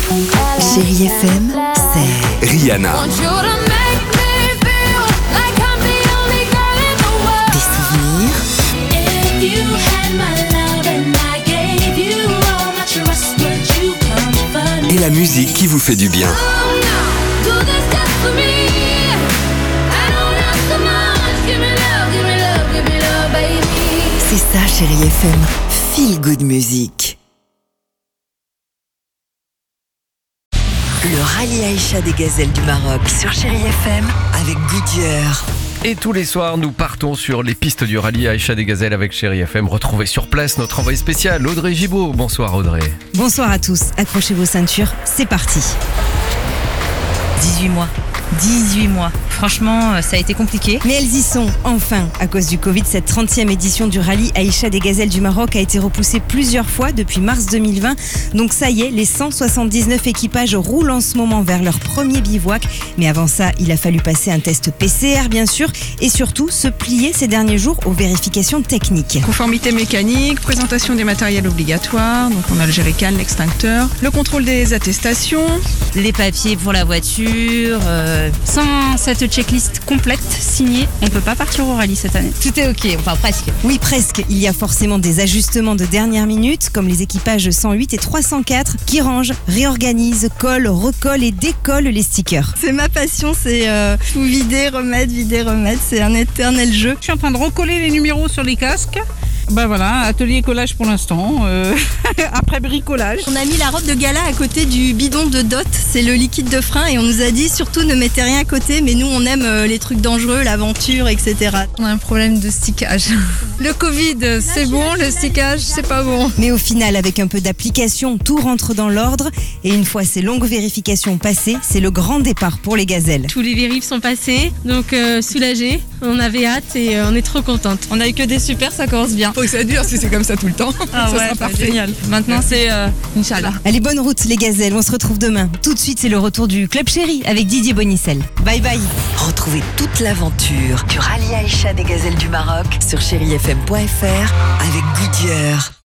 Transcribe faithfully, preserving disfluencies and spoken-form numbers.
Chérie F M, c'est Rihanna. des souvenirs, Et la musique qui vous fait du bien. c'est ça Chérie F M, Feel Good Music. Le rallye Aïcha des gazelles du Maroc sur Chérie F M avec Goodyear. Et tous les soirs, nous partons sur les pistes du rallye Aïcha des Gazelles avec Chérie F M. Retrouvez sur place notre envoyé spécial, Audrey Gibaud. Bonsoir Audrey. Bonsoir à tous, accrochez vos ceintures, c'est parti. dix-huit mois. dix-huit mois. Franchement, ça a été compliqué. Mais elles y sont, enfin. À cause du Covid, cette trentième édition du rallye Aïcha des Gazelles du Maroc a été repoussée plusieurs fois depuis mars deux mille vingt. Donc ça y est, les cent soixante-dix-neuf équipages roulent en ce moment vers leur premier bivouac. Mais avant ça, il a fallu passer un test P C R, bien sûr, et surtout se plier ces derniers jours aux vérifications techniques. Conformité mécanique, présentation des matériels obligatoires, donc on a le jerrycan, l'extincteur, le contrôle des attestations. Les papiers pour la voiture. Euh, sans cette checklist complète signée, on peut pas partir au rallye cette année. Tout est ok, enfin presque. Oui, presque. Il y a forcément des ajustements de dernière minute, comme les équipages cent huit et trois cent quatre qui rangent, réorganisent, collent, recollent et décollent les stickers. C'est ma passion, c'est euh, tout vider, remettre, vider, remettre, c'est un éternel jeu. Je suis en train de recoller les numéros sur les casques. Ben voilà, atelier collage pour l'instant, euh, après bricolage. On a mis la robe de gala à côté du bidon de dot, c'est le liquide de frein, et on nous a dit surtout ne mettez rien à côté, mais nous on aime euh, les trucs dangereux, l'aventure, et cetera. On a un problème de stickage. Le Covid, c'est bon, le stickage, c'est pas bon. Mais au final, avec un peu d'application, tout rentre dans l'ordre. Et une fois ces longues vérifications passées, c'est le grand départ pour les gazelles. Tous les vérifs sont passés, donc euh, soulagés. On avait hâte et euh, on est trop contente. On a eu que des super, ça commence bien. Faut que ça dure si c'est comme ça tout le temps. Ah ça ouais, sera parfait. génial. Maintenant c'est euh, Inch'Allah. Allez, bonne route les gazelles, on se retrouve demain. Tout de suite, c'est le retour du Club Chéri avec Didier Bonicel. Bye bye. Retrouvez toute l'aventure du rallye Aïcha des gazelles du Maroc sur chérifm point f r avec Goodyear.